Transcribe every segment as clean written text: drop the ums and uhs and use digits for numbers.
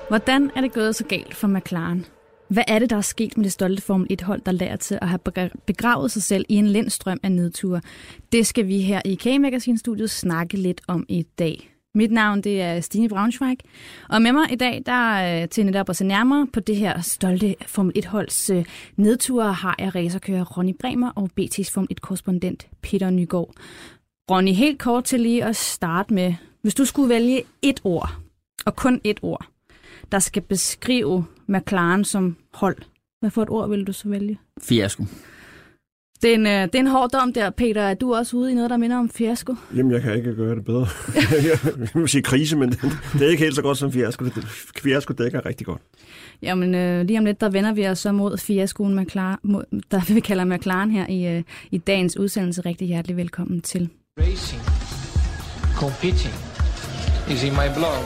Hvordan er det gået så galt for McLaren? Hvad er det, der er sket med det stolte Formel 1-hold, der lærer til at have begravet sig selv i en lindstrøm af nedture? Det skal vi her i K-Magazine-studiet snakke lidt om i dag. Mit navn det er Stine Braunschweig, og med mig i dag, der til netop at se nærmere på det her stolte Formel 1-holds nedture, har jeg racerkører Ronny Bremer og BT's Formel 1-korrespondent Peter Nygaard. Ronny, helt kort til lige at starte med, hvis du skulle vælge et ord, og kun et ord, der skal beskrive McLaren som hold, hvad for et ord vil du så vælge? Fiasko. Det er en hård dom der, Peter. Er du også ude i noget, der minder om fiasko? Jamen, jeg kan ikke gøre det bedre. Jeg vil sige krise, men det er ikke helt så godt som fiasko. Fiasko dækker rigtig godt. Jamen, lige om lidt, der vender vi os så mod fiaskoen, der vi kalder McLaren her i dagens udsendelse. Rigtig hjertelig velkommen til. Racing, competing is in my blood.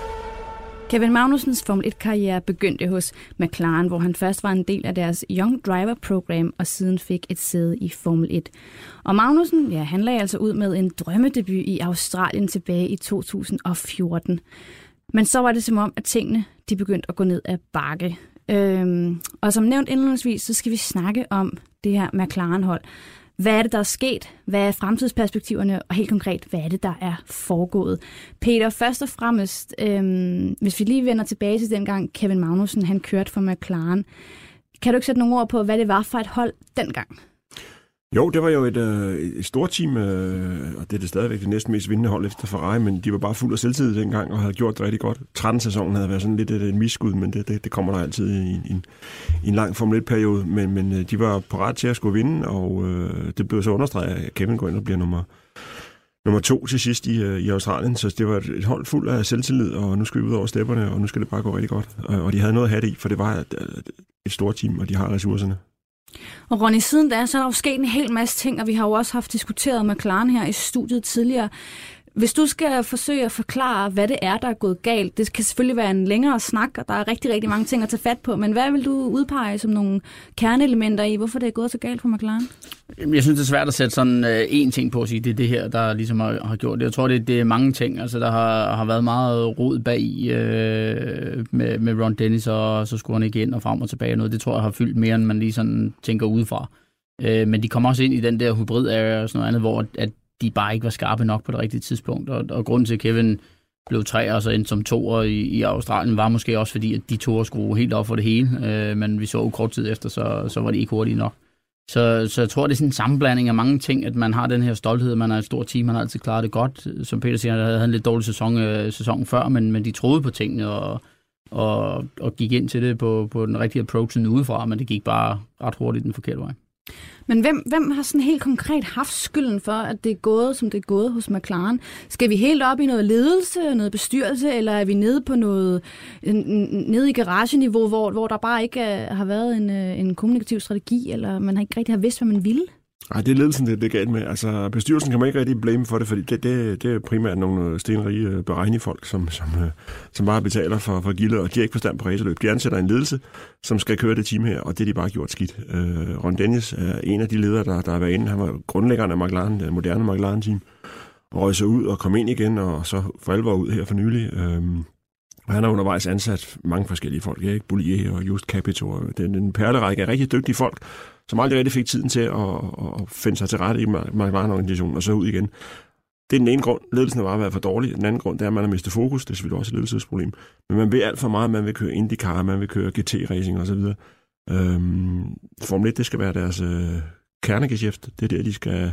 Kevin Magnusens Formel 1-karriere begyndte hos McLaren, hvor han først var en del af deres Young Driver Program og siden fik et sæde i Formel 1. Og Magnussen, ja, han lagde altså ud med en drømmedebut i Australien tilbage i 2014. Men så var det som om, at tingene de begyndte at gå ned ad bakke. Og som nævnt indledningsvis, så skal vi snakke om det her McLaren-hold. Hvad er det, der er sket? Hvad er fremtidsperspektiverne? Og helt konkret, hvad er det, der er foregået? Peter, først og fremmest, hvis vi lige vender tilbage til dengang Kevin Magnussen, han kørte for McLaren. Kan du ikke sætte nogle ord på, hvad det var for et hold dengang? Jo, det var jo et stort team, og det er det stadigvæk det næsten mest vindende hold efter Ferrari, men de var bare fuld af selvtillid dengang og havde gjort det rigtig godt. 13-sæsonen havde været sådan lidt et misskud, men det kommer der altid i en lang Formel 1-periode, men de var parat til at skulle vinde, og det blev så understreget, at Kevin går ind og bliver nummer 2 til sidst i Australien, så det var et hold fuld af selvtillid, og nu skal vi ud over stepperne, og nu skal det bare gå rigtig godt. Og de havde noget at have det i, for det var et stort team, og de har ressourcerne. Og Ronny, siden da, så er der jo sket en hel masse ting, og vi har jo også haft diskuteret McLaren her i studiet tidligere. Hvis du skal forsøge at forklare, hvad det er, der er gået galt, det kan selvfølgelig være en længere snak, og der er rigtig, rigtig mange ting at tage fat på, men hvad vil du udpege som nogle kerneelementer i, hvorfor det er gået så galt for McLaren? Jeg synes, det er svært at sætte sådan én ting på at sige, det er det her, der ligesom har gjort det. Jeg tror, det er mange ting. Altså, der har været meget rod bag med Ron Dennis, og så skulle han ikke ind og frem og tilbage. Noget. Det tror jeg har fyldt mere, end man lige sådan tænker udefra. Men de kommer også ind i den der hybrid-area og sådan noget andet, hvor at de bare ikke var skarpe nok på det rigtige tidspunkt. Og grunden til, at Kevin blev 3 og så endte som 2'er i Australien, var måske også fordi, at de 2'er skulle helt op for det hele. Men vi så jo kort tid efter, så var de ikke hurtige nok. Så jeg tror, det er sådan en sammenblanding af mange ting, at man har den her stolthed, man er et stort team, man har altid klaret det godt. Som Peter siger, han havde en lidt dårlig sæson før, men de troede på tingene og gik ind til det på den rigtige approach udefra, men det gik bare ret hurtigt den forkerte vej. Men hvem har sådan helt konkret haft skylden for, at det er gået, som det er gået hos McLaren? Skal vi helt op i noget ledelse, noget bestyrelse, eller er vi nede på noget nede i garageniveau, hvor der bare ikke har været en kommunikativ strategi, eller man har ikke rigtig har vidst, hvad man ville? Nej, det er ledelsen, det er galt med. Altså, bestyrelsen kan man ikke rigtig blame for det, fordi det er primært nogle stenrige beregnefolk, som bare betaler for gilde, og de har ikke forstand på racerløb. De ansætter en ledelse, som skal køre det team her, og det er de bare gjort skidt. Ron Dennis er en af de ledere, der har været inde. Han var grundlæggeren af McLaren, det moderne McLaren-team, og røg sig ud og kom ind igen, og så for alvor ud her for nylig. Og han har undervejs ansat mange forskellige folk, Erik Boulier og Just Capito. Det er en perlerække af rigtig dygtige folk, som aldrig rigtig fik tiden til at finde sig til rette i McLaren-organisationen og så ud igen. Det er den ene grund. Ledelsen har bare været for dårlig. Den anden grund, det er, at man har mistet fokus. Det er selvfølgelig også et ledelsesproblem. Men man vil alt for meget. Man vil køre IndyCar, man vil køre GT-racing osv. Formel 1, det skal være deres kernegeschæft. Det er der, de skal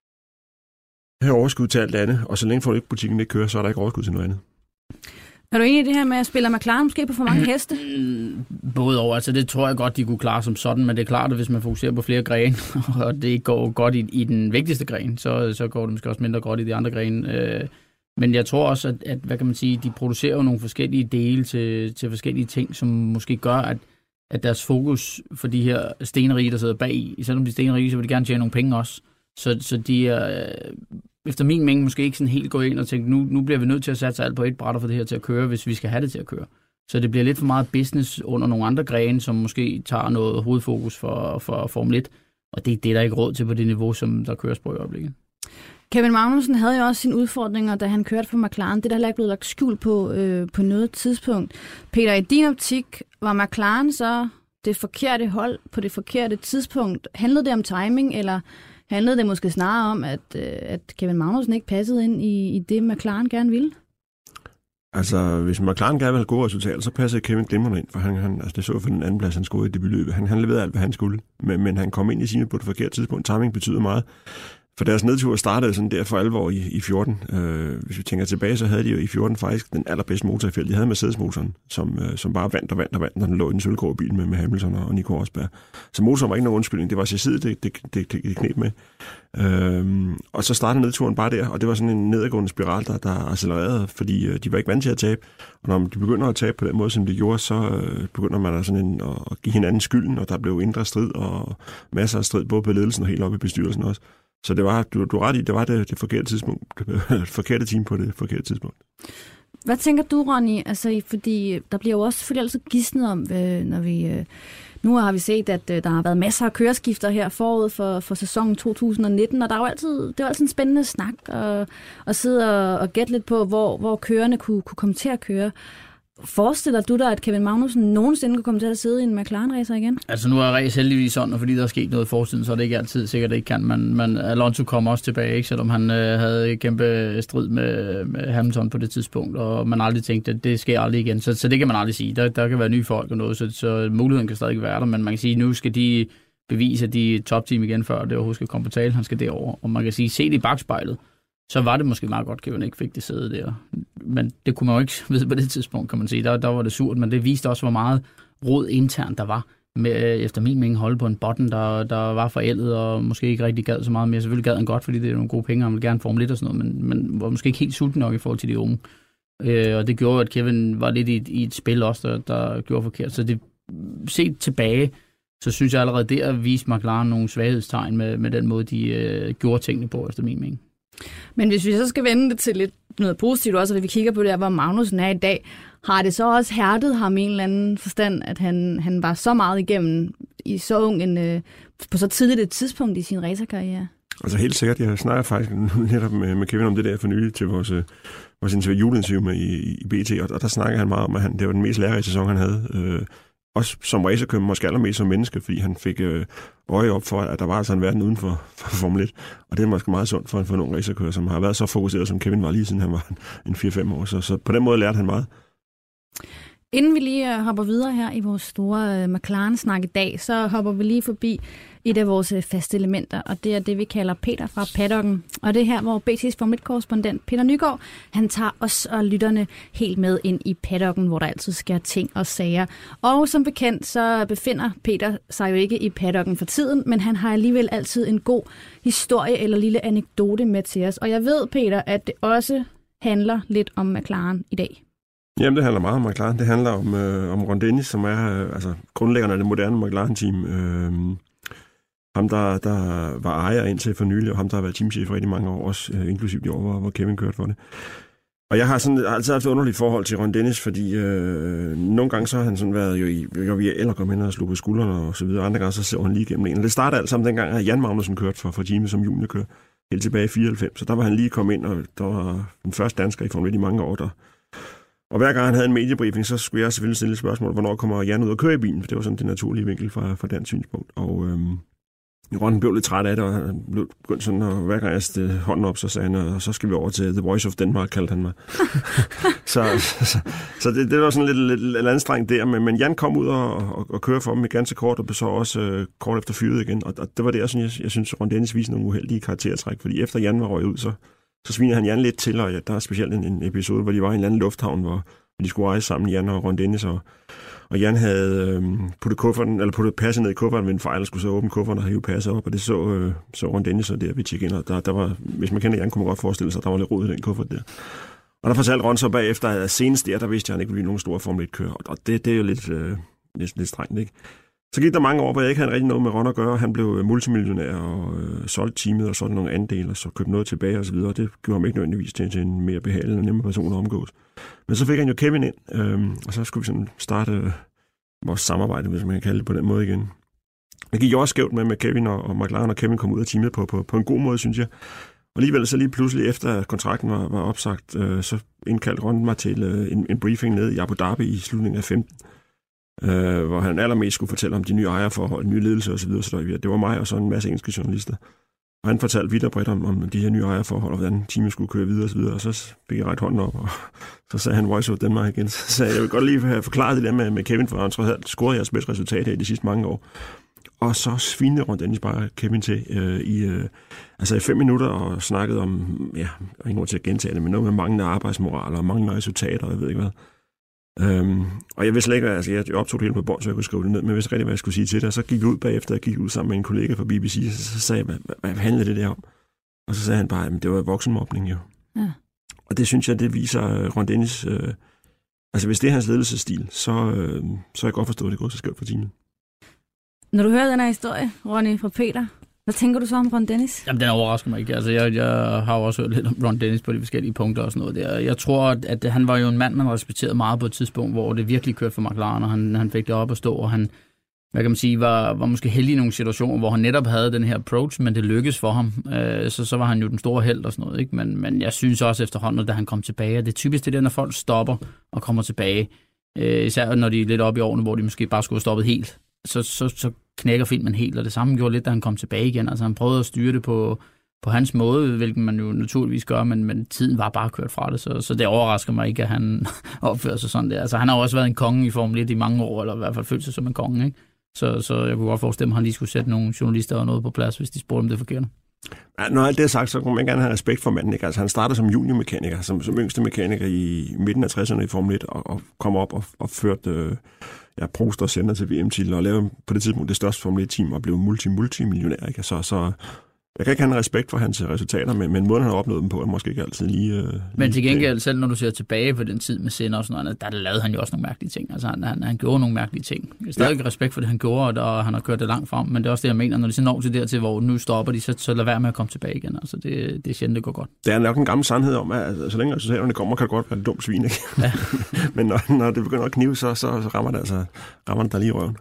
have overskud til alt andet. Og så længe Formel 1-butikken ikke kører, så er der ikke overskud til noget andet. Er du enig i det her med at spille McLaren måske på for mange heste? Både over. Altså det tror jeg godt, de kunne klare som sådan, men det er klart, at hvis man fokuserer på flere grene, og det ikke går godt i den vigtigste gren, så går det måske også mindre godt i de andre grene. Men jeg tror også, at hvad kan man sige, de producerer jo nogle forskellige dele til forskellige ting, som måske gør, at deres fokus for de her stenrige, der sidder bag, selvom de er stenrige, så vil de gerne tjene nogle penge også. Så de er efter min mening måske ikke sådan helt gå ind og tænke, nu bliver vi nødt til at satse alt på et bræt og få det her til at køre, hvis vi skal have det til at køre. Så det bliver lidt for meget business under nogle andre grene, som måske tager noget hovedfokus for Formel 1, og det er det, der er ikke råd til på det niveau, som der køres på i øjeblikket. Kevin Magnussen havde jo også sine udfordringer, da han kørte for McLaren. Det der heller ikke blevet lagt skjul på noget tidspunkt. Peter, i din optik, var McLaren så det forkerte hold på det forkerte tidspunkt? Handlede det om timing, eller handlede det måske snarere om, at Kevin Magnussen ikke passede ind i det, McLaren gerne ville? Altså, hvis McLaren gerne ville have gode resultater, så passede Kevin glimrende ind, for han det så for den anden plads, han scorede i debutløbet. Han leverede alt, hvad han skulle, men han kom ind i sine på det forkerte tidspunkt. Timing betyder meget. For deres nedtur startede sådan der for alvor i 14. Hvis vi tænker tilbage, så havde de jo i 14 faktisk den allerbedste motor i feltet. De havde Mercedes-motoren, som bare vandt, når den lå i den sølvgrå bil med Hamilton og Nico Rosberg. Så motoren var ikke nogen undskyldning. Det var chassiset, det kneb med. Og så startede nedturen bare der, og det var sådan en nedadgående spiral, der accelererede, fordi de var ikke vant til at tabe. Og når de begynder at tabe på den måde, som de gjorde, så begynder man at, at give hinanden skylden, og der blev indre strid og masser af strid, både på ledelsen og helt op i bestyrelsen også. Så det var, du ret i, det var det forkerte tidspunkt, det forkerte team på det forkerte tidspunkt. Hvad tænker du, Ronny? Altså, fordi der bliver jo også selvfølgelig altid gisnet om, når vi... Nu har vi set, at der har været masser af køreskifter her forud for sæsonen 2019, og der er jo altid en spændende snak at sidde og gætte lidt på, hvor kørerne kunne komme til at køre. Forestiller du dig, at Kevin Magnussen nogensinde kunne komme til at sidde i en McLaren-racer igen? Altså nu er race heldigvis sådan, og fordi der er sket noget i fortiden, så er det ikke altid sikkert, at ikke kan. Men Alonso kom også tilbage, ikke? Selvom han havde kæmpe strid med Hamilton på det tidspunkt, og man aldrig tænkte, at det sker aldrig igen. Så det kan man aldrig sige. Der kan være nye folk og noget, så muligheden kan stadig være der, men man kan sige, at nu skal de bevise, at de er topteam igen, før det overhovedet skal komme på tale. Han skal derover, og man kan sige, se det i bagspejlet. Så var det måske meget godt, at Kevin ikke fik det sæde der. Men det kunne man jo ikke vide på det tidspunkt, kan man sige. Der var det surt, men det viste også, hvor meget rod internt der var. Med, efter min mening, holde på en button, der var forældet og måske ikke rigtig gad så meget mere. Selvfølgelig gad han godt, fordi det er nogle gode penge, og han ville gerne Formel 1 og sådan noget, men var måske ikke helt sulten nok i forhold til de unge. Og det gjorde, at Kevin var lidt i et spil også, der gjorde forkert. Så det set tilbage, så synes jeg allerede der viste McLaren nogle svaghedstegn med den måde, de gjorde tingene på, efter min mening. Men hvis vi så skal vende det til lidt noget positivt også, og vi kigger på det her, hvor Magnussen er i dag, har det så også hærdet ham i en eller anden forstand, at han var så meget igennem i så ung på så tidligt et tidspunkt i sin racerkarriere? Altså helt sikkert. Jeg snakker faktisk netop med Kevin om det der for nylig til vores juleinterview med i BT, og der snakker han meget om, at det var den mest lærerige sæson, han havde. Også som racerkører, måske allermest som menneske, fordi han fik øje op for, at der var altså en verden uden for Formel 1. Og det er måske meget sundt for nogle racerkører, som har været så fokuseret, som Kevin var lige siden han var en 4-5 år. Så på den måde lærte han meget. Inden vi lige hopper videre her i vores store McLaren-snak i dag, så hopper vi lige forbi et af vores faste elementer, og det er det, vi kalder Peter fra paddocken. Og det er her, hvor BT's Formel 1-korrespondent Peter Nygaard, han tager os og lytterne helt med ind i paddocken, hvor der altid sker ting og sager. Og som bekendt, så befinder Peter sig jo ikke i paddocken for tiden, men han har alligevel altid en god historie eller lille anekdote med til os. Og jeg ved, Peter, at det også handler lidt om McLaren i dag. Jamen, det handler meget om McLaren. Det handler om Ron Dennis, som er grundlæggeren af det moderne McLaren-team. Ham, der var ejer indtil for nylig, og ham, der har været teamchef for rigtig mange år, også inklusive de år, hvor Kevin kørte for det. Og jeg har altid haft et underligt forhold til Ron Dennis, fordi nogle gange så har han sådan været jo via eller kom hen og slog på skuldrene og så videre. Andre gange så ser han lige igennem en. Og det startede alt sammen dengang, at Jan Magnussen kørte for teamet som juniorkører helt tilbage i 94. Så der var han lige kommet ind, og der var den første dansker i Formel 1 i mange år der. Og hver gang han havde en mediebriefing, så skulle jeg selvfølgelig stille et spørgsmål, hvornår kommer Jan ud og køre i bilen? For det var sådan det naturlige vinkel fra den synspunkt. Og Ron blev lidt træt af det, og han blev begyndt sådan, og hver gang jeg stillede hånden op, så sagde han, og så skal vi over til The Voice of Denmark, kaldte han mig. så det var sådan lidt anstrengt der, men Jan kom ud og kørte for dem i ganske kort, og så også kort efter fyret igen. Og det var det, jeg synes, Ron Dennis viste nogle uheldige karaktertræk, fordi efter Jan var røget ud, så sviner han Jan lidt til, og der er specielt en episode, hvor de var i en eller anden lufthavn, hvor de skulle rejse sammen, Jan og Ron Dennis, og Jan havde puttet passet ned i kufferten ved en fejl, og skulle så åbne kufferten og hive passet op, og det så Ron Dennis og der ved check-in, og der var, hvis man kender Jan, kunne man godt forestille sig, at der var lidt rod i den kuffert der. Og der fortalte Ron så bagefter, at senest der vidste han ikke, at blive nogen store Formel 1-kører, og det er jo lidt strengt, ikke? Så gik der mange år, hvor jeg ikke havde rigtig noget med Ron at gøre. Han blev multimillionær og solgte teamet og sådan nogle andele, og så købte noget tilbage og så videre. Det gjorde ham ikke nødvendigvis til en mere behalende og nemmere person at omgås. Men så fik han jo Kevin ind, og så skulle vi sådan starte vores samarbejde, hvis man kan kalde det på den måde igen. Det gik jo også skævt med Kevin og McLaren, og Kevin kom ud af teamet på en god måde, synes jeg. alligevel så lige pludselig, efter kontrakten var opsagt, så indkaldte Ron mig til en briefing nede i Abu Dhabi i slutningen af 15, hvor han allermest skulle fortælle om de nye ejerforhold, nye ledelse osv. Det var mig og så en masse engelske journalister. Og han fortalte vidt og bredt om de her nye ejerforhold, og hvordan teamet skulle køre videre osv. Og så fik jeg ret hånden op, og så sagde han Voice of Denmark igen. Så sagde jeg vil godt lige have forklaret det der med Kevin, for han trods alt scorede jeres bedste resultat her i de sidste mange år. Og så svinede Ron Dennis bare Kevin til i 5 minutter og snakkede om, ja, og ingen ord til at gentage det, men noget med manglende arbejdsmoral og manglende resultater, og jeg ved ikke hvad. Og jeg vidste slet ikke, altså jeg optog det hele på bånd, så jeg kunne skrive det ned, men jeg vidste rigtig, hvad jeg skulle sige til det. Og så gik vi ud bagefter, jeg gik ud sammen med en kollega fra BBC, og så sagde jeg, hvad handlede det der om? Og så sagde han bare, at det var voksenmobning jo. Ja. Og det synes jeg, det viser Ron Dennis, altså hvis det er hans ledelsesstil, så er jeg godt forstået, at det går så skævt for teamet. Når du hører den her historie, Ronny, fra Peter, hvad tænker du så om Ron Dennis? Jamen, den overrasker mig ikke. Altså, jeg har jo også hørt lidt om Ron Dennis på de forskellige punkter og sådan noget der. Jeg tror, at han var jo en mand, man respekterede meget på et tidspunkt, hvor det virkelig kørte for McLaren, og han fik det op at stå, og han, hvad kan man sige, var måske heldig i nogle situationer, hvor han netop havde den her approach, men det lykkedes for ham. Så var han jo den store held og sådan noget, ikke? Men jeg synes også efterhånden, da han kom tilbage, og det er typisk det der, når folk stopper og kommer tilbage, især når de er lidt oppe i årene, hvor de måske bare skulle have stoppet helt, så knækker filmen helt, og det samme gjorde lidt, da han kom tilbage igen. Altså han prøvede at styre det på hans måde, hvilket man jo naturligvis gør, men tiden var bare kørt fra det, så det overrasker mig ikke, at han opfører sig sådan der. Altså han har jo også været en konge i Formel 1 i mange år, eller i hvert fald følt sig som en konge, ikke? Så jeg kunne godt forestille mig, at han lige skulle sætte nogle journalister og noget på plads, hvis de spurgte, om det er forkert. Ja, når alt det er sagt, så kunne man gerne have respekt for manden. Ikke? Altså, han startede som juniormekaniker, som yngste mekaniker i midten af 60'erne i Formel 1, og kom op og førte Prost og Senna til VM-titel, og lavede på det tidspunkt det største Formel 1-team, og blev multimillionær. Ikke? Så jeg kan ikke have en respekt for hans resultater, men måden, han har opnået dem på, er måske ikke altid lige... Men til gengæld, selv når du ser tilbage på den tid med Senna og sådan noget, der lavede han jo også nogle mærkelige ting. Altså, han gjorde nogle mærkelige ting. Jeg har stadig ikke respekt for det, han gjorde, og han har kørt det langt frem, men det er også det, jeg mener, når de så når til dertil, hvor nu stopper de, så lad være med at komme tilbage igen. Altså, det er sjældent, det går godt. Det er nok en gammel sandhed om, at så længe resultaterne kommer, kan det godt være et dumt svin, ikke? Ja. Men når det begynder at knive, så rammer det der lige i røven.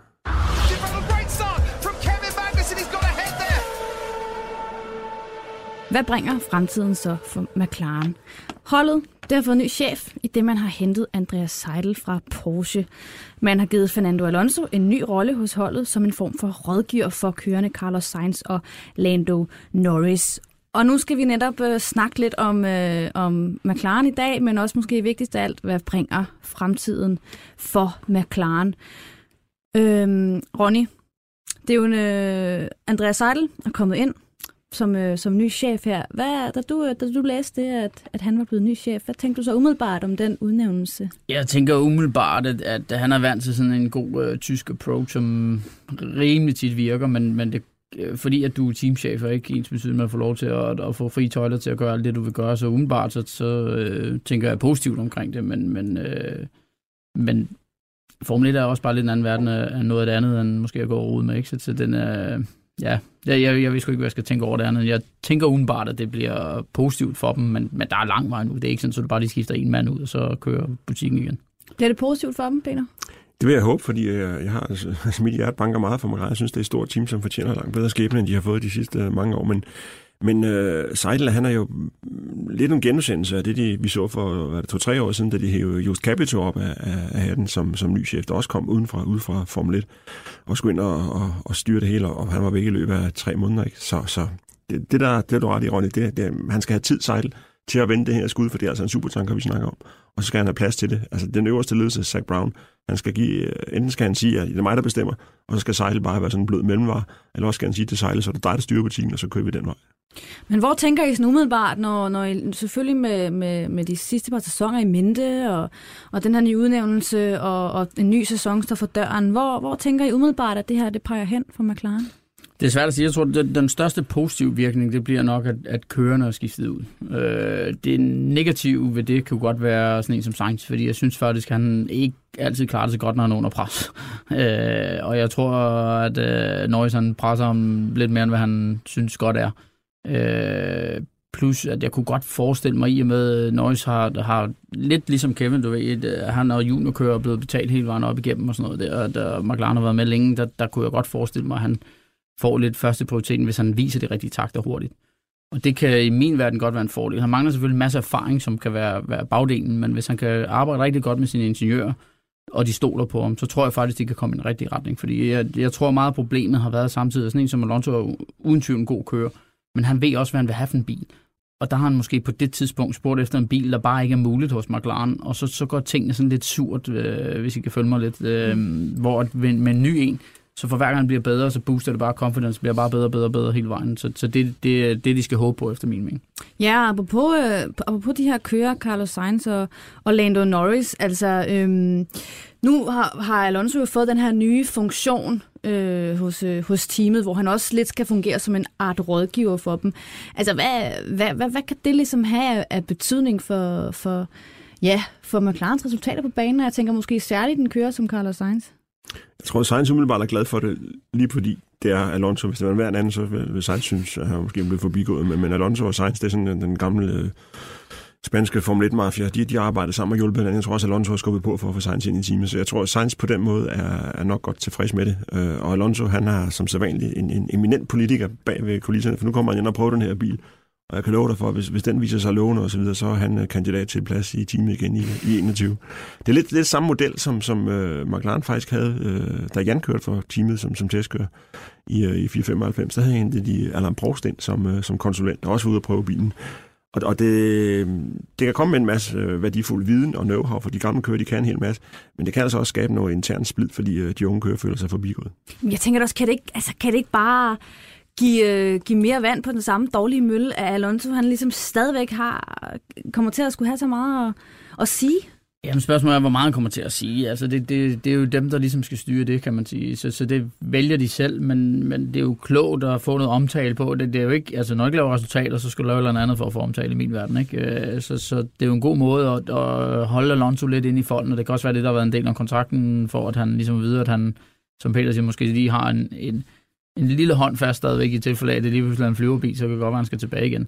Hvad bringer fremtiden så for McLaren? Holdet det har fået ny chef, i det man har hentet Andreas Seidl fra Porsche. Man har givet Fernando Alonso en ny rolle hos holdet som en form for rådgiver for kørende Carlos Sainz og Lando Norris. Og nu skal vi netop snakke lidt om McLaren i dag, men også måske vigtigst af alt, hvad bringer fremtiden for McLaren. Ronny, det er jo Andreas Seidl er kommet ind som ny chef her. Da du læste det, at han var blevet ny chef, hvad tænkte du så umiddelbart om den udnævnelse? Jeg tænker umiddelbart, at han er vant til sådan en god tysk approach, som rimelig tit virker, men det, fordi at du er teamchef og ikke ens betydning med at få lov til at få frie tøjler til at gøre alt det, du vil gøre, så umiddelbart så tænker jeg positivt omkring det, men Formel 1 er også bare lidt en anden verden af noget af det andet, end måske at gå og rode med, ikke? Så den er... Ja, jeg ved sgu ikke, hvad jeg skal tænke over det andet. Jeg tænker udenbart, at det bliver positivt for dem, men der er lang vej nu. Det er ikke sådan, at du bare lige skifter en mand ud, og så kører butikken igen. Bliver det positivt for dem, Peter? Det vil jeg håbe, fordi jeg har mit hjerte banker meget for mig. Jeg synes, det er et stort team, som fortjener langt bedre skæbne, end de har fået de sidste mange år. Men Seidl, han er jo lidt en genudsendelse af det, vi så for 2-3 år siden, da de hævde Just Capito op af hatten som ny chef, der også kom ude fra Formel 1 og skulle ind og styre det hele, og han var væk i løbet af 3 måneder. Ikke? Så det er du ret i, Ronny. Han skal have tid, Seidl, til at vende det her skud, for det er altså en supertanker, vi snakker om. Og så skal han have plads til det. Altså den øverste ledelse, Zak Brown, enten skal han sige, at det er mig, der bestemmer, og så skal Seidl bare være sådan en blød mellemvare, eller også skal han sige til Seidl, så er det dig, der styrer butikken, og så kører vi den vej. Men hvor tænker I sådan umiddelbart, når I, selvfølgelig med de sidste par sæsoner i mente, og den her nye udnævnelse, og en ny sæson står for døren, hvor tænker I umiddelbart, at det her det peger hen for McLaren? Det er svært at sige. Jeg tror, at den største positive virkning, det bliver nok, at kørerne er skiftet ud. Det negative ved det kan jo godt være sådan en som Sainz, fordi jeg synes faktisk, at han ikke altid klarer det så godt, når han er under pres. Og jeg tror, at Norris han presser ham lidt mere, end hvad han synes godt er. Plus, at jeg kunne godt forestille mig i og med, at Norris har lidt ligesom Kevin, du ved, han og juniorkører er blevet betalt hele vejen op igennem og sådan noget der, og da McLaren har været med længe, der kunne jeg godt forestille mig, at han får lidt første prioriteten, hvis han viser det rigtige takter hurtigt. Og det kan i min verden godt være en fordel. Han mangler selvfølgelig en masse erfaring, som kan være bagdelen, men hvis han kan arbejde rigtig godt med sine ingeniører, og de stoler på ham, så tror jeg faktisk, de kan komme i en rigtig retning. Fordi jeg tror meget, problemet har været samtidig. Sådan en som Alonso er uden tvivl en god kører, men han ved også, hvad han vil have for en bil. Og der har han måske på det tidspunkt spurgt efter en bil, der bare ikke er muligt hos McLaren, og så går tingene sådan lidt surt, hvis I kan følge mig lidt, hvor med en ny en, så for hver gang han bliver bedre, så booster det bare confidence, bliver bare bedre hele vejen. Så det de skal håbe på efter min mening. Ja, apropos de her kører, Carlos Sainz og Lando Norris, altså nu har Alonso jo fået den her nye funktion hos teamet, hvor han også lidt skal fungere som en art rådgiver for dem. Altså, hvad kan det ligesom have af betydning for McLarens resultater på banen? Jeg tænker måske særligt den kører som Carlos Sainz. Jeg tror, at Sainz umiddelbart er glad for det, lige fordi det er Alonso. Hvis det var hver anden, så vil Sainz synes, at han måske blevet forbigået. Men Alonso og Sainz, det er sådan den gamle spanske Formel 1-mafia. De arbejder sammen og hjulpet hinanden. Jeg tror også, at Alonso har skubbet på for at få Sainz ind i teamet. Så jeg tror, at Sainz på den måde er nok godt tilfreds med det. Og Alonso, han er som sædvanlig en eminent politiker bag ved kulisserne, for nu kommer han ind og prøver den her bil. Og jeg kan love dig for, at hvis den viser sig lovende og så videre, så er han kandidat til plads i teamet igen i 21. Det er lidt samme model, som McLaren faktisk havde, da Jan kørte for teamet som testkører i 495. Der havde han de Alain Prost ind som konsulent, og også var ude at prøve bilen. Og det kan komme med en masse værdifuld viden og know-how, for de gamle kører, de kan en hel masse, men det kan altså også skabe noget internt splid, fordi de unge kører føler sig forbigået. Jeg tænker også, kan det ikke bare give mere vand på den samme dårlige mølle, at Alonso han ligesom stadigvæk kommer til at skulle have så meget at sige? Jamen spørgsmålet er, hvor meget han kommer til at sige. Altså det er jo dem, der ligesom skal styre det, kan man sige. Så det vælger de selv, men det er jo klogt at få noget omtale på. Det er jo ikke, altså når du ikke laver resultater, så skal du lave noget andet for at få omtale i min verden, ikke? Så det er jo en god måde at holde Alonso lidt inde i folden, og det kan også være det, der har været en del af kontrakten, for at han ligesom ved, at han, som Peter siger, måske lige har en lille hånd fast stadigvæk i tilfælde af, at det lige pludselig er en flyverbil, så kan det godt være, at han skal tilbage igen.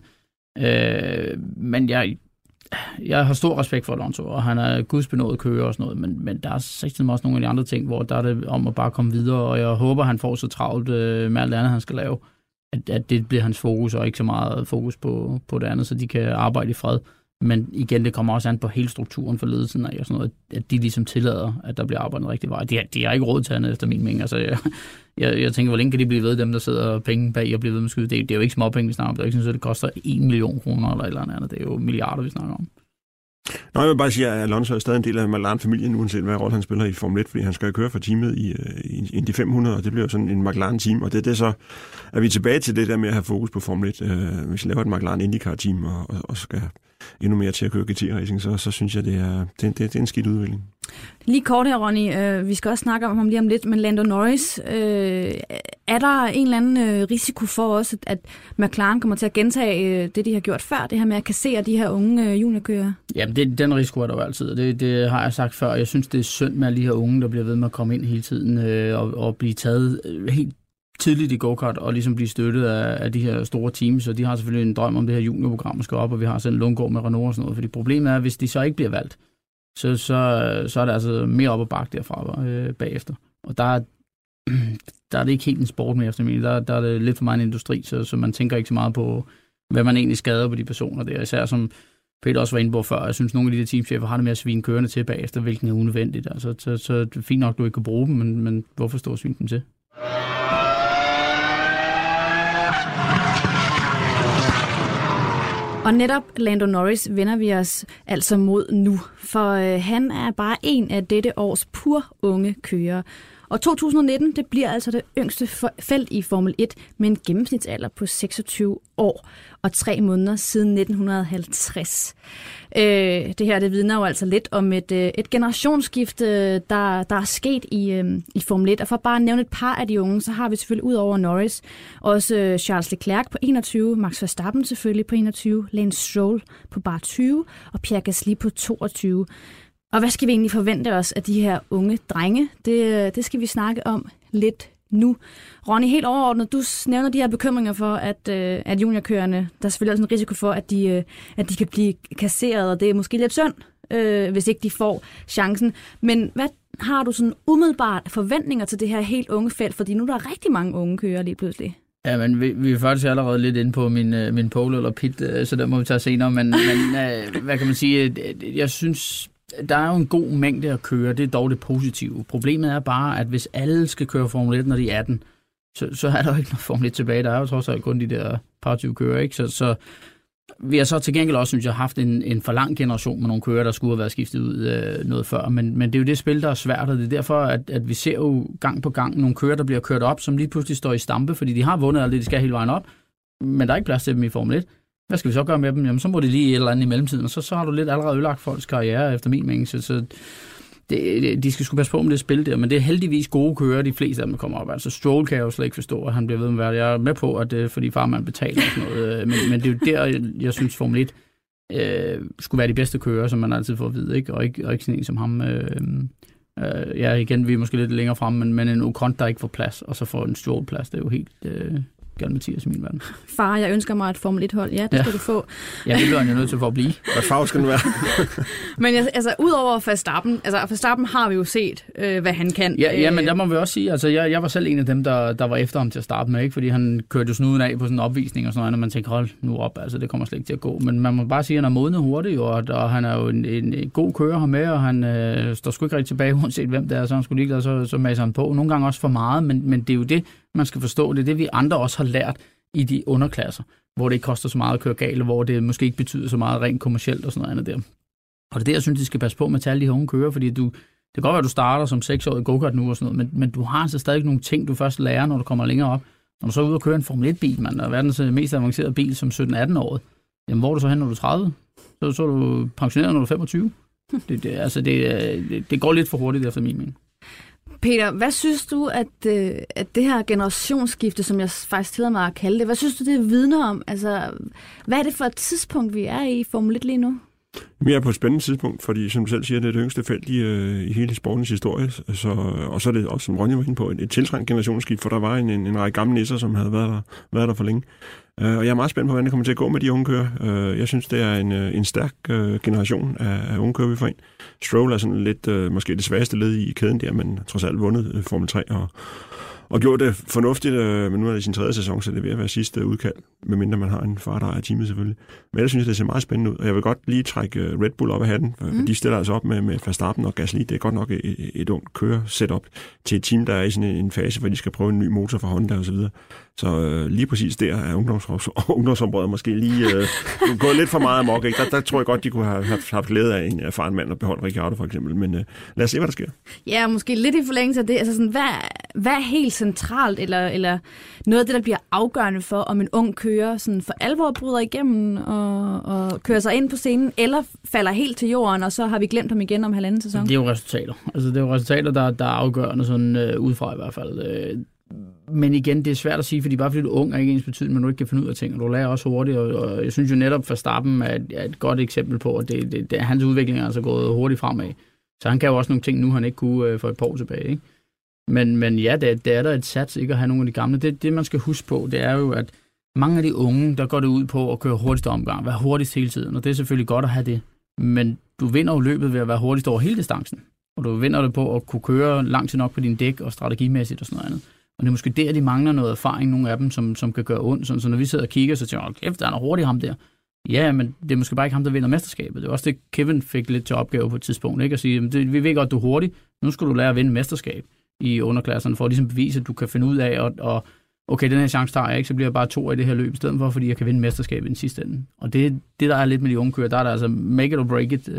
Men jeg har stor respekt for Alonso, og han er gudsbenået kører og sådan noget, men der er også nogle af de andre ting, hvor der er det om at bare komme videre, og jeg håber, han får så travlt med alt det andet, han skal lave, at det bliver hans fokus, og ikke så meget fokus på det andet, så de kan arbejde i fred. Men igen, det kommer også an på hele strukturen for ledelsen af og sådan noget, at de ligesom tillader, at der bliver arbejdet rigtig vej. De har ikke råd til andet efter min mening. Altså, jeg tænker, hvor længe kan de blive ved, dem der sidder penge bag og bliver ved med skyde? Det er jo ikke småpenge, vi snakker om. Det er ikke sådan, at det koster 1 million kroner eller et eller andet. Det er jo milliarder, vi snakker om. Nå, jeg vil bare sige, at Alonso er stadig en del af McLaren-familien, uanset hvad rolle han spiller i Formel 1, fordi han skal jo køre for teamet i Indy 500, og det bliver jo sådan en McLaren-team, og det er så, er vi tilbage til det der med at have fokus på Formel 1. Hvis vi laver et McLaren IndyCar-team og skal endnu mere til at køre GT-racing, så synes jeg, det er en skidt udvikling. Lige kort her, Ronny. Vi skal også snakke om ham lige om lidt, men Lando Norris, er der en eller anden risiko for også, at McLaren kommer til at gentage det, de har gjort før, det her med at kassere de her unge juniorkører? Jamen, den risiko er der jo altid. Det har jeg sagt før. Jeg synes, det er synd med alle de her unge, der bliver ved med at komme ind hele tiden og blive taget helt tidligt i go-kart og ligesom blive støttet af de her store teams, og de har selvfølgelig en drøm om det her juniorprogram, der skal op, og vi har sådan en Lundgaard med Renault og sådan noget, fordi problemet er, hvis de så ikke bliver valgt, så er det altså mere op og bakke derfra bagefter. Og der er det ikke helt en sport mere efter mig. Der er det lidt for meget en industri, så man tænker ikke så meget på, hvad man egentlig skader på de personer. Det er især som Peter også var inde på før. Jeg synes, nogle af de der teamchefer har det med at svine kørende til bagefter, hvilken er unødvendigt. Altså, så det er fint nok, du ikke kan bruge dem, men hvorfor stå og svine dem til? Og netop Lando Norris vender vi os altså mod nu, for han er bare en af dette års pur unge kører. Og 2019, det bliver altså det yngste felt i Formel 1 med en gennemsnitsalder på 26 år og 3 måneder siden 1950. Det her, det vidner jo altså lidt om et generationsskifte, der er sket i Formel 1. Og for bare at nævne et par af de unge, så har vi selvfølgelig ud over Norris også Charles Leclerc på 21, Max Verstappen selvfølgelig på 21, Lance Stroll på bare 20 og Pierre Gasly på 22. Og hvad skal vi egentlig forvente os af de her unge drenge? Det skal vi snakke om lidt nu. Ronny, helt overordnet, du nævner de her bekymringer for, at juniorkørerne, der er selvfølgelig også en risiko for, at de kan blive kasseret, og det er måske lidt synd, hvis ikke de får chancen. Men hvad har du sådan umiddelbart forventninger til det her helt unge felt? Fordi nu er der rigtig mange unge kører lige pludselig. Ja, men vi er faktisk allerede lidt inde på min pole eller pit, så der må vi tage senere, men hvad kan man sige, jeg synes, der er jo en god mængde at køre, det er dog det positive. Problemet er bare, at hvis alle skal køre Formel 1, når de er 18, så er der jo ikke noget Formel 1 tilbage, der er jo trods alt kun de der par 20 kører, ikke? Så vi har så til gengæld også, synes jeg, haft en for lang generation med nogle kører, der skulle have været skiftet ud noget før. Men det er jo det spil, der er svært, og det er derfor, at vi ser jo gang på gang nogle kører, der bliver kørt op, som lige pludselig står i stampe, fordi de har vundet alt det, de skal hele vejen op, men der er ikke plads til dem i Formel 1. Hvad skal vi så gøre med dem? Jamen, så må det lige et eller andet i mellemtiden, og så har du lidt allerede ødelagt folks karriere, efter min mening. Så de skal sgu passe på med det spil der, men det er heldigvis gode kører, de fleste af dem kommer op. Altså Stroll kan jeg jo slet ikke forstå, at han bliver ved med at være. Jeg er med på, at det er fordi farmand betaler og sådan noget, men det er jo der, jeg synes Formel 1 skulle være de bedste kører, som man altid får at vide, ikke? Og ikke sådan en som ham. Ja, igen, vi er måske lidt længere fremme, men en Ocon, der ikke får plads, og så får en Stroll plads, det er jo helt Galt Mathias i min verden. Far, jeg ønsker mig et Formel 1-hold. Ja, det skal du få. Ja, det bliver han jo nødt til for at blive. Hvad farve skal den være? Men altså, udover Verstappen har vi jo set, hvad han kan. Ja, men der må vi også sige, altså jeg var selv en af dem, der var efter ham til at starte med, ikke? Fordi han kørte jo snuden af på sådan en opvisning og sådan noget, og man tænker, hold nu op, altså det kommer slet ikke til at gå. Men man må bare sige, at han er modnet hurtigt, og han er jo en god kører her med, og han står sgu ikke rigtig tilbage, uanset hvem det er, så han skulle ligeglad, så maser han på. Nogle gange også for meget, men det er jo det, man skal forstå. Det er det, vi andre også har lært i de underklasser, hvor det ikke koster så meget at køre galt, hvor det måske ikke betyder så meget rent kommercielt og sådan noget andet der. Og det er det, jeg synes, de skal passe på med at tage alle de her unge kører, fordi det kan godt være, at du starter som 6-årig go-kart nu og sådan noget, men du har altså stadig nogle ting, du først lærer, når du kommer længere op. Når du så er ude og køre en Formel 1-bil, man er verdens mest avancerede bil som 17-18-årig, jamen hvor er du så hen, når du er 30? Så er du pensioneret, når du er 25. Det går lidt for hurtigt efter min mening. Peter, hvad synes du, at det her generationsskifte, som jeg faktisk tillader mig at kalde det, hvad synes du, det vidner om? Altså, hvad er det for et tidspunkt, vi er i Formel 1 lige nu? Vi er på et spændende tidspunkt, fordi som du selv siger, det er det yngste felt i hele sportens historie. Og så er det også, som Ronja var inde på, et tiltrængt generationsskift, for der var en række gamle nisser, som havde været der for længe. Og jeg er meget spændt på, hvordan det kommer til at gå med de unge kører. Jeg synes, det er en stærk generation af unge kører, vi får ind. Stroll er sådan lidt måske det svageste led i kæden der, men trods alt vundet Formel 3 og gjort det fornuftigt, men nu er det i sin 3. sæson, så det er ved at være sidste udkald, medmindre man har en far, der er teamet selvfølgelig. Men ellers synes jeg, det ser meget spændende ud, og jeg vil godt lige trække Red Bull op af hatten, for de stiller altså op med Verstappen og Gasly. Det er godt nok et ungt kører-setup til et team, der er i sådan en fase, hvor de skal prøve en ny motor fra Honda og så videre. Så lige præcis der er ungdomsområdet måske lige gået lidt for meget amok. Ikke? Der tror jeg godt, de kunne have haft glæde af en erfaren mand og beholdt Ricciardo for eksempel. Men lad os se, hvad der sker. Ja, måske lidt i forlængelse af det. Altså sådan, hvad er helt centralt, eller noget af det, der bliver afgørende for, om en ung kører sådan for alvor bryder igennem og kører sig ind på scenen, eller falder helt til jorden, og så har vi glemt ham igen om halvanden sæson? Det er jo resultater. Altså, det er jo resultater, der er afgørende, sådan udefra i hvert fald. Men igen, det er svært at sige, fordi bare fordi du er ung, er ikke ens betydning, men du ikke kan finde ud af ting, og du lærer også hurtigt, og jeg synes jo netop, Verstappen er et godt eksempel på, at hans udvikling er altså gået hurtigt fremad. Så han kan jo også nogle ting nu, han ikke kunne for et par år tilbage, ikke? Men ja, det er der et sats ikke at have nogle af de gamle. Det, man skal huske på, det er jo, at mange af de unge, der går det ud på at køre hurtigst omgang, være hurtigst hele tiden, og det er selvfølgelig godt at have det. Men du vinder jo løbet ved at være hurtigst over hele distancen, og du vinder det på at kunne køre langt nok på din dæk og strategimæssigt og sådan noget andet. Og det er måske der, de mangler noget erfaring, nogle af dem, som kan gøre ondt. Så når vi sidder og kigger, så tænker jeg, kæft, der er noget hurtigt ham der. Ja, men det er måske bare ikke ham, der vinder mesterskabet. Det er også det, Kevin fik lidt til opgave på et tidspunkt, ikke? At sige, vi ved godt, du er hurtig. Nu skal du lære at vinde mesterskab i underklasserne, for at ligesom bevise, at du kan finde ud af, og okay, den her chance tager jeg ikke, så bliver jeg bare 2 i det her løb i stedet for, fordi jeg kan vinde mesterskabet i den sidste ende. Og det, der er lidt med de unge kører, der er der altså make it or break it,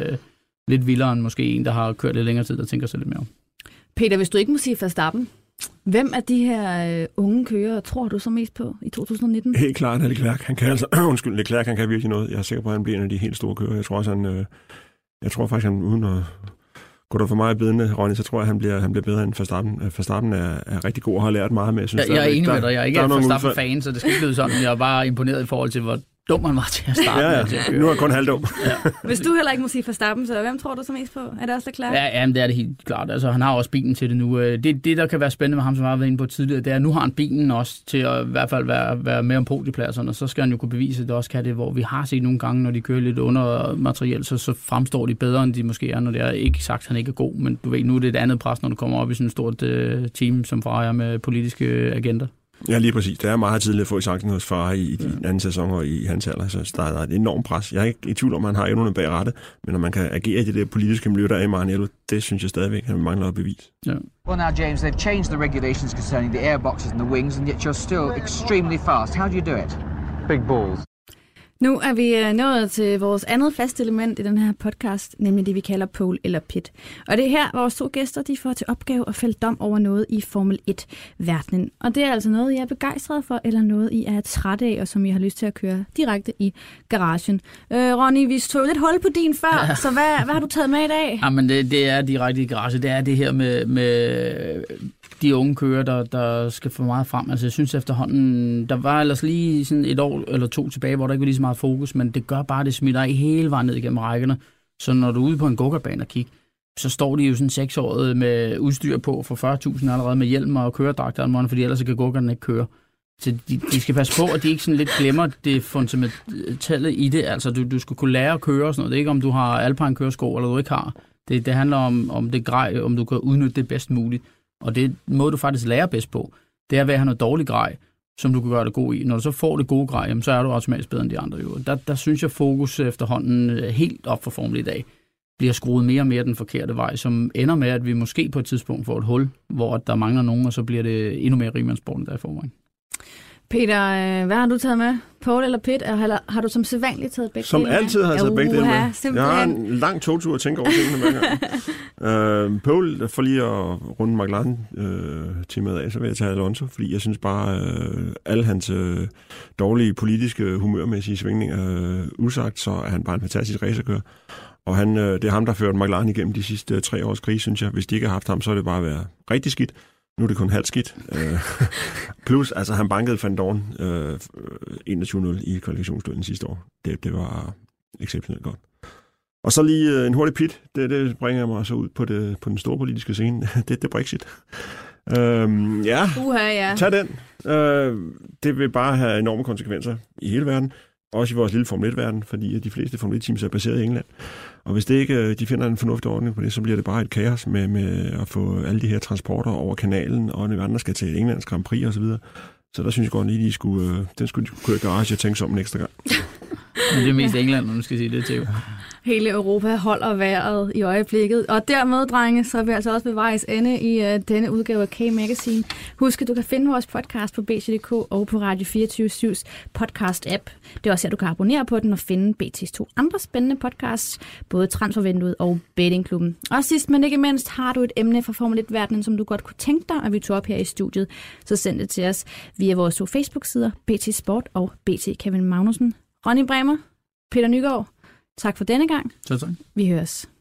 lidt vildere end måske en, der har kørt lidt længere tid, der tænker sig lidt mere om. Peter, hvis du ikke må sige Verstappen, hvem af de her unge kører tror du så mest på i 2019? Helt klart er Leclerc. Han kan altså, Leclerc, han kan virkelig noget. Jeg er sikker på, at han bliver en af de helt store kører. Jeg tror faktisk, han uden at gå der for meget i bedene, Ronny, så tror jeg, han bliver bedre end Verstappen. Verstappen er rigtig god og har lært meget med. Jeg er enig med dig. Jeg er ikke en Verstappen-fan, så det skal ikke lyde sådan. Jeg er bare imponeret i forhold til, hvor dum han var til at starte med til at køre. Nu er jeg kun halvdum. Ja. Hvis du heller ikke må sige Verstappen, så hvem tror du så mest på? Er det også Leclerc? Ja, men det er det helt klart. Altså, han har også bilen til det nu. Det, der kan være spændende med ham, som jeg har været inde på tidligere, det er, at nu har han bilen også til at i hvert fald være med om podiepladserne, og så skal han jo kunne bevise, at det også kan det, hvor vi har set nogle gange, når de kører lidt under materiel, så fremstår de bedre, end de måske er, når det er ikke sagt, at han ikke er god, men du ved, nu er det et andet pres, når du kommer op i sådan et stort team, som Ferrari med politiske agenter. Ja, lige præcis. Det er meget tidligt at få chancen hos Ferrari i den anden sæson og i hans alder, så der er et enormt pres. Jeg er ikke i tvivl om, at han har evnerne bag rette, men når man kan agere i det der politiske miljø, der er i Maranello, det synes jeg stadigvæk, han mangler at bevise. Ja. Well, now, James, they've changed the regulations concerning the airboxes and the wings, and yet you're still extremely fast. How do you do it? Big balls. Nu er vi nået til vores andet fast element i den her podcast, nemlig det, vi kalder pole eller pit. Og det er her, vores 2 gæster de får til opgave at fælde dom over noget i Formel 1-verdenen. Og det er altså noget, I er begejstret for, eller noget, I er træt af, og som I har lyst til at køre direkte i garagen. Ronny, vi tog lidt hul på din før, så hvad har du taget med i dag? Jamen, det er direkte i garage. Det er det her med de unge kører, der skal få meget frem. Altså, jeg synes efterhånden, der var ellers lige sådan 1 år eller 2 tilbage, hvor der ikke var lige så meget fokus, men det gør bare, det smitter ikke hele vejen ned igennem rækkerne. Så når du er ude på en go-kartbane og kigger, så står de jo sådan 6-årige med udstyr på for 40.000 allerede med hjelm og køredragter, fordi ellers kan go-karten ikke køre. Så de skal passe på, at de ikke sådan lidt glemmer det fundamentale i det. Altså, du skal kunne lære at køre og sådan noget. Det er ikke, om du har alpine køresko, eller du ikke har. Det handler om det grej, om du kan udnytte det bedst muligt. Og det måde, du faktisk lærer bedst på, det er ved at have noget dårligt grej, som du kan gøre det god i. Når du så får det gode grej, så er du automatisk bedre end de andre. Der synes jeg, fokus efterhånden helt op for Formel i dag bliver skruet mere og mere den forkerte vej, som ender med, at vi måske på et tidspunkt får et hul, hvor der mangler nogen, og så bliver det endnu mere rigmandssport, end der i forvejen. Peter, hvad har du taget med? Pole eller pit? Eller har du som sædvanligt taget begge Som dele? altid har jeg taget begge dele med. Simpelthen. Jeg har en lang togtur at tænke over tingene hver gang. Pole, for lige at runde McLaren-teamet af, så vil jeg tage Alonso, fordi jeg synes bare, alle hans dårlige politiske humørmæssige svingninger usagt, så er han bare en fantastisk racerkører. Og det er ham, der førte McLaren igennem de sidste 3 års krig, synes jeg. Hvis de ikke har haft ham, så er det bare været rigtig skidt. Nu er det kun halvt skidt. Plus, altså han bankede Van Dorn 21-0 i kvalifikationsduellen sidste år. Det var exceptionelt godt. Og så lige en hurtig pit. Det bringer mig så ud på den store politiske scene. det er Brexit. Ja, tag den. Det vil bare have enorme konsekvenser i hele verden. Også i vores lille Formel 1-verden, fordi de fleste Formel 1-teams er baseret i England. Og hvis det ikke, de finder en fornuftig ordning på det, så bliver det bare et kaos med at få alle de her transporter over kanalen, og de andre skal til Englands Grand Prix osv. Så der synes jeg godt lige, den skulle køre i garage og tænke sig om en ekstra gang. Det er mest England, når du skal sige det til. Hele Europa holder vejret i øjeblikket. Og dermed, drenge, så er vi altså også ved vejs ende i denne udgave af K-Magazine. Husk, at du kan finde vores podcast på BT.dk og på Radio 24/7's podcast-app. Det er også her, du kan abonnere på den og finde BT's 2 andre spændende podcasts, både Transfervinduet og Bettingklubben. Og sidst, men ikke mindst, har du et emne fra Formel 1-verdenen, som du godt kunne tænke dig, at vi tog op her i studiet, så send det til os via vores 2 Facebook-sider, BT Sport og BT Kevin Magnussen. Ronny Bremer, Peter Nygaard, tak for denne gang. Tak. Vi høres.